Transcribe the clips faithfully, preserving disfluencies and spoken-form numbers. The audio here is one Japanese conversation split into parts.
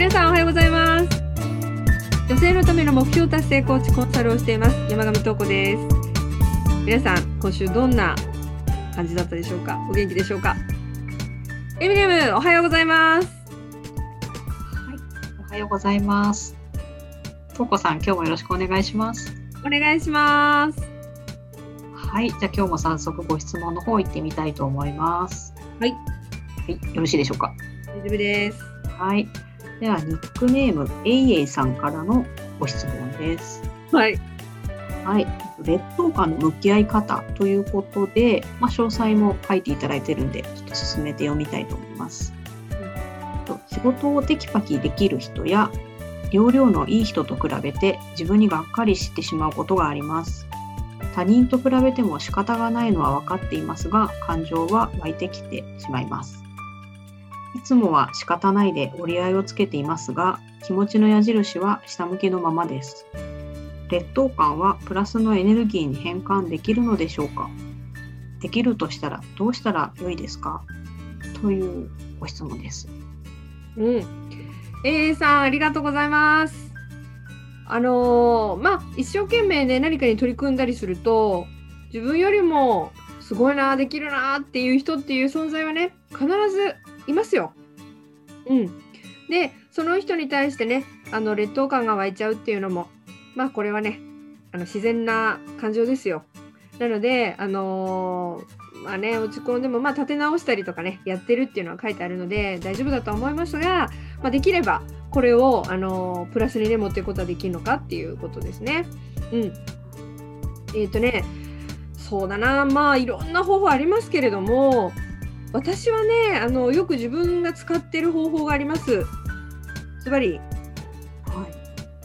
皆さんおはようございます。女性のための目標達成コーチコンサルをしています山上東子です。皆さん今週どんな感じだったでしょうか。お元気でしょうか。エミネムおはようございます。 はい、おはようございます。東子さん、今日もよろしくお願いします。 お願いします。 はい、じゃあ今日も早速ご質問の方行ってみたいと思います。 はい、 はい、よろしいでしょうか。 大丈夫です。 はい、ではニックネームエイエイさんからのご質問です。 はい、 はい、劣等感の向き合い方ということで、まあ、詳細も書いていただいているんでちょっと進めて読みたいと思います。うん、仕事をテキパキできる人や容量のいい人と比べて自分にがっかりしてしまうことがあります。他人と比べても仕方がないのは分かっていますが、感情は湧いてきてしまいます。いつもは仕方ないで折り合いをつけていますが、気持ちの矢印は下向きのままです。劣等感はプラスのエネルギーに変換できるのでしょうか。できるとしたらどうしたら良いですか、というご質問です。 うん、エーさんありがとうございます。あのー、まあ一生懸命ね何かに取り組んだりすると、自分よりもすごいな、できるなっていう人っていう存在はね必ずいますよ。うん。でその人に対してねあの劣等感が湧いちゃうっていうのも、まあこれはねあの自然な感情ですよ。なのであのー、まあね落ち込んでもまあ立て直したりとかねやってるっていうのは書いてあるので大丈夫だと思いますが、まあ、できればこれをあのー、プラスにね持っていくことはできるのかっていうことですね。うん。えっとねそうだな、まあいろんな方法ありますけれども、私はねあのよく自分が使っている方法があります。ズバリ、はい、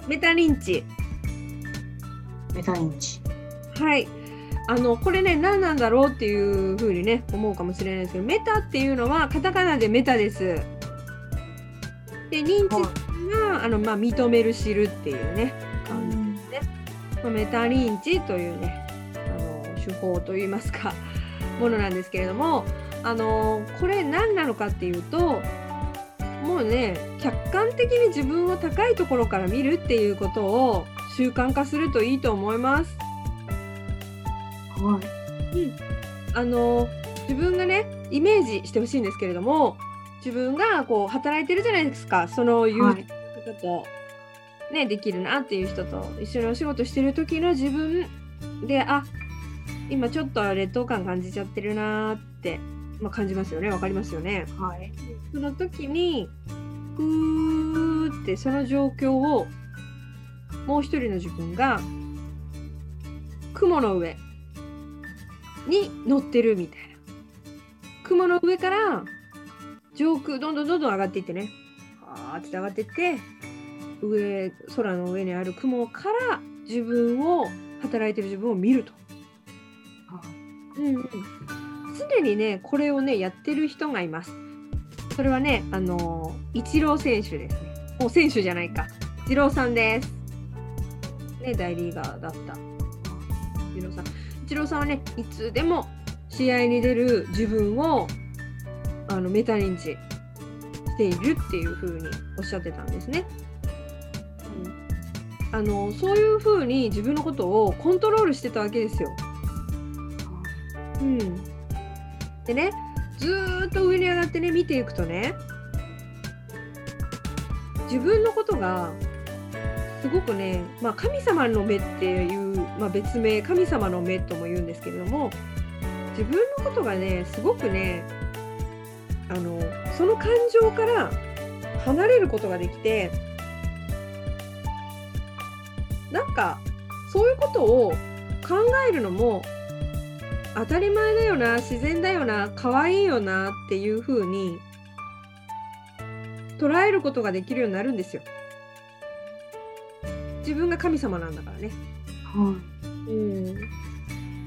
メタ認知。 メタ認知。 はい。あのこれね何なんだろうっていうふうにね思うかもしれないですけど、メタっていうのはカタカナでメタです。で認知があの、まあ、認める知るっていうね感じですね。まあ、メタ認知というねあの手法といいますかものなんですけれども、あのこれ何なのかっていうと、もうね客観的に自分を高いところから見るっていうことを習慣化するといいと思います。はい。うん。あの自分がねイメージしてほしいんですけれども、自分がこう働いてるじゃないですか。そのいう方と、ね、できるなっていう人と一緒にお仕事してる時の自分で、あ、今ちょっと劣等感感じちゃってるなって、まあ、感じますよね。わかりますよね。はい。その時にふーってその状況をもう一人の自分が雲の上に乗ってるみたいな。雲の上から上空どんどんどんどん上がっていってね、あーって上がっていって上空の上にある雲から自分を働いてる自分を見ると。うんうん、常にねこれをねやってる人がいます。それはねあのイチロー選手ですね。もう選手じゃないか、イチローさんです。ね、大リーガーだったイチローさん。イチローさんはねいつでも試合に出る自分をあのメタ認知しているっていう風におっしゃってたんですね。うん、あのそういう風に自分のことをコントロールしてたわけですよ。うん、でねずーっと上に上がってね見ていくとね、自分のことがすごくね、まあ、神様の目っていう、まあ、別名神様の目とも言うんですけれども、自分のことがねすごくねあのその感情から離れることができて、なんかそういうことを考えるのも当たり前だよな、自然だよな、可愛いよなっていう風に捉えることができるようになるんですよ。自分が神様なんだからね。はい。うん。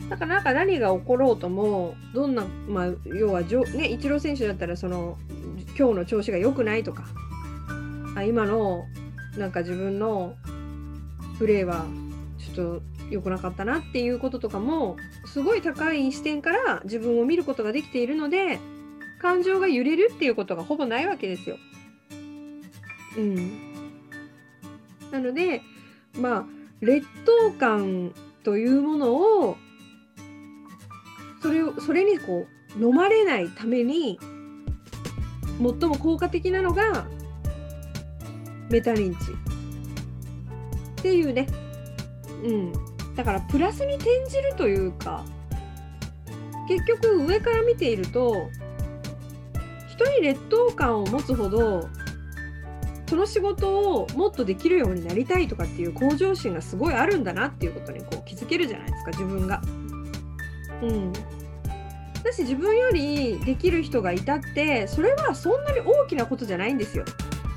だからなんか何が起ころうとも、どんな、まあ、要はじょ、ね、イチロー選手だったらその今日の調子が良くないとか、あ今のなんか自分のプレーはちょっと良くなかったなっていうこととかもすごい高い視点から自分を見ることができているので、感情が揺れるっていうことがほぼないわけですよ。 うん、なのでまあ劣等感というものをそれをそれにこう飲まれないために最も効果的なのがメタ認知っていうね、うん、だからプラスに転じるというか、結局上から見ていると人に劣等感を持つほどその仕事をもっとできるようになりたいとかっていう向上心がすごいあるんだなっていうことにこう気づけるじゃないですか、自分が。うん。だし自分よりできる人がいたってそれはそんなに大きなことじゃないんですよ。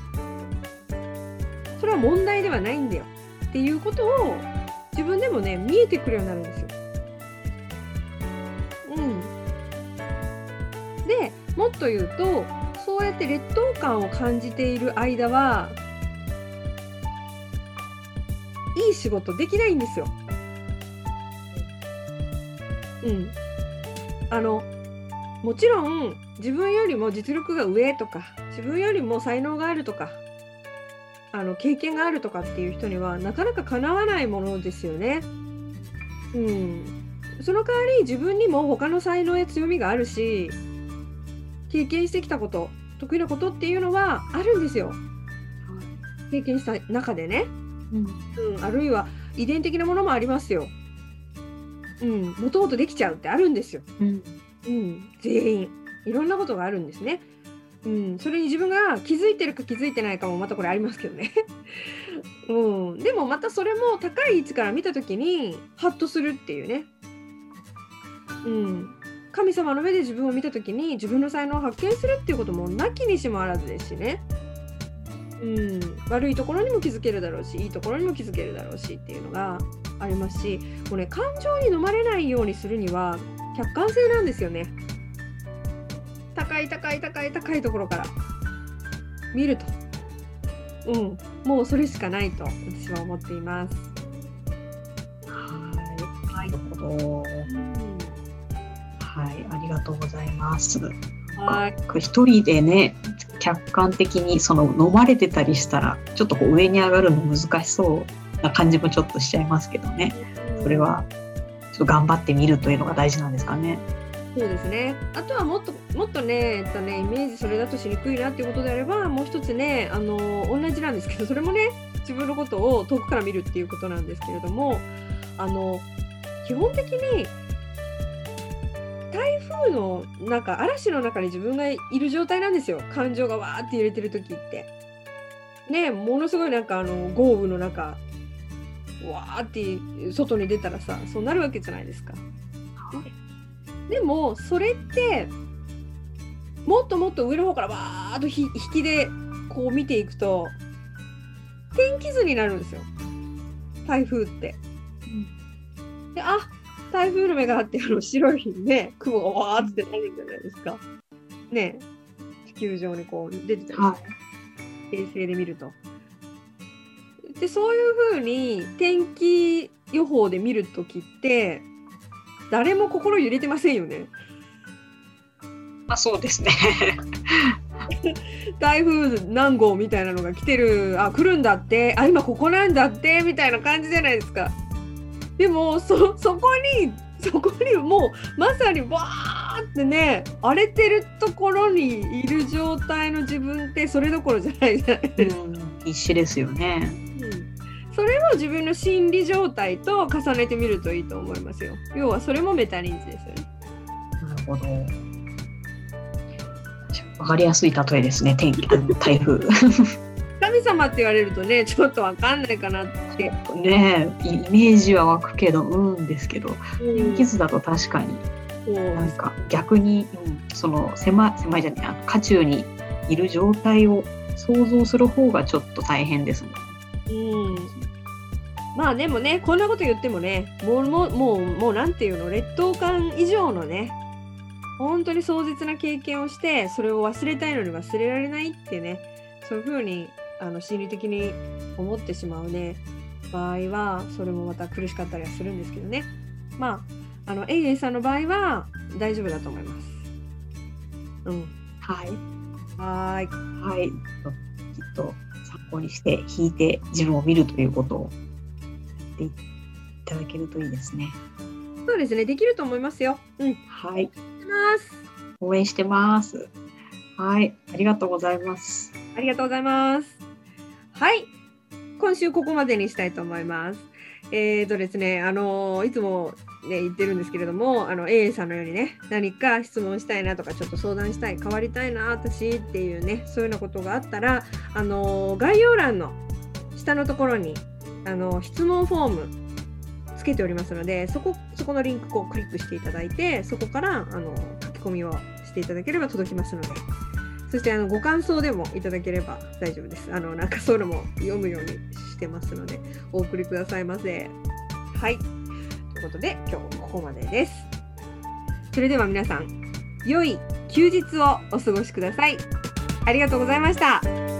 それは問題ではないんだよっていうことを自分でもね見えてくるようになるんですよ。うん。でもっと言うとそうやって劣等感を感じている間はいい仕事できないんですよ。うん。あのもちろん自分よりも実力が上とか自分よりも才能があるとかあの経験があるとかっていう人にはなかなかかなわないものですよね。うん。その代わり自分にも他の才能や強みがあるし経験してきたこと得意なことっていうのはあるんですよ。経験した中でね、うんうん、あるいは遺伝的なものもありますよ。うん、もともとできちゃうってあるんですよ。うんうん、全員いろんなことがあるんですね。うん、それに自分が気づいてるか気づいてないかもまたこれありますけどね。うん、でもまたそれも高い位置から見た時にハッとするっていうね。うん、神様の目で自分を見た時に自分の才能を発見するっていうこともなきにしもあらずですしね。うん、悪いところにも気づけるだろうしいいところにも気づけるだろうしっていうのがありますし、もうね感情に飲まれないようにするには客観性なんですよね。高い高い高い高いところから見ると、うん、もうそれしかないと私は思っています。 はい、なるほど。はい、ありがとうございます。はい、一人でね客観的にその飲まれてたりしたらちょっとこう上に上がるの難しそうな感じもちょっとしちゃいますけどね。それはちょっと頑張ってみるというのが大事なんですかね。 そうですね。あとはもっともっとね、えっとねイメージそれだとしにくいなっていうことであればもう一つねあの同じなんですけどそれもね自分のことを遠くから見るっていうことなんですけれども、あの基本的に台風の中嵐の中に自分がいる状態なんですよ。感情がわーって揺れてる時ってね、ものすごいなんかあの豪雨の中わーって外に出たらさそうなるわけじゃないですか。でもそれってもっともっと上の方からわーっと引きでこう見ていくと天気図になるんですよ台風って、うん、であ台風の目があってあの白いね雲がわーってなるんじゃないですかね、地球上にこう出てたりして、はい、衛星で見るとでそういう風に天気予報で見るときって誰も心揺れてませんよね。 あ、そうですね。 台風何号みたいなのが来てる、あ、来るんだって、あ、今ここなんだってみたいな感じじゃないですか。でも そ, そこにそこにもうまさにバーってね荒れてるところにいる状態の自分ってそれどころじゃないじゃないですか。うん、 必死ですよね。 それを自分の心理状態と重ねてみるといいと思いますよ。要はそれもメタ認知ですよね。 なるほど。わかりやすい例えですね。天気、台風。 神様って言われるとね、ちょっとわかんないかなって。 ね、イメージは湧くけど、うんですけど、うん、天気図だと確かに、なんか逆に、うん、その狭い狭いじゃない、あの渦中にいる状態を想像する方がちょっと大変ですもん。うん。 まあでもねこんなこと言ってもねもうもうもうもうなんていうの劣等感以上のね本当に壮絶な経験をしてそれを忘れたいのに忘れられないってねそういうふうにあの心理的に思ってしまうね場合はそれもまた苦しかったりはするんですけどね。まああのエイエイさんの場合は大丈夫だと思います。うん。 はい。 はい。 はい。きっと考にして引いて自分を見るということをやっていただけるといいですね。 そうですね、できると思いますよ。うん。 はい。 します応援してます。はい、ありがとうございます。 ありがとうございます。はい、今週ここまでにしたいと思います。えーとですね、あのいつもね言ってるんですけれども、あの エー さんのようにね、何か質問したいなとか、ちょっと相談したい、変わりたいな私っていうね、そういうようなことがあったら、あの概要欄の下のところにあの質問フォームつけておりますので、そこそこのリンクをクリックしていただいて、そこからあの書き込みをしていただければ届きますので、そしてあのご感想でもいただければ大丈夫です。あのなんかそういうのも読むようにしてますので、お送りくださいませ。はい、ということで今日ここまでです。それでは皆さん、良い休日をお過ごしください。ありがとうございました。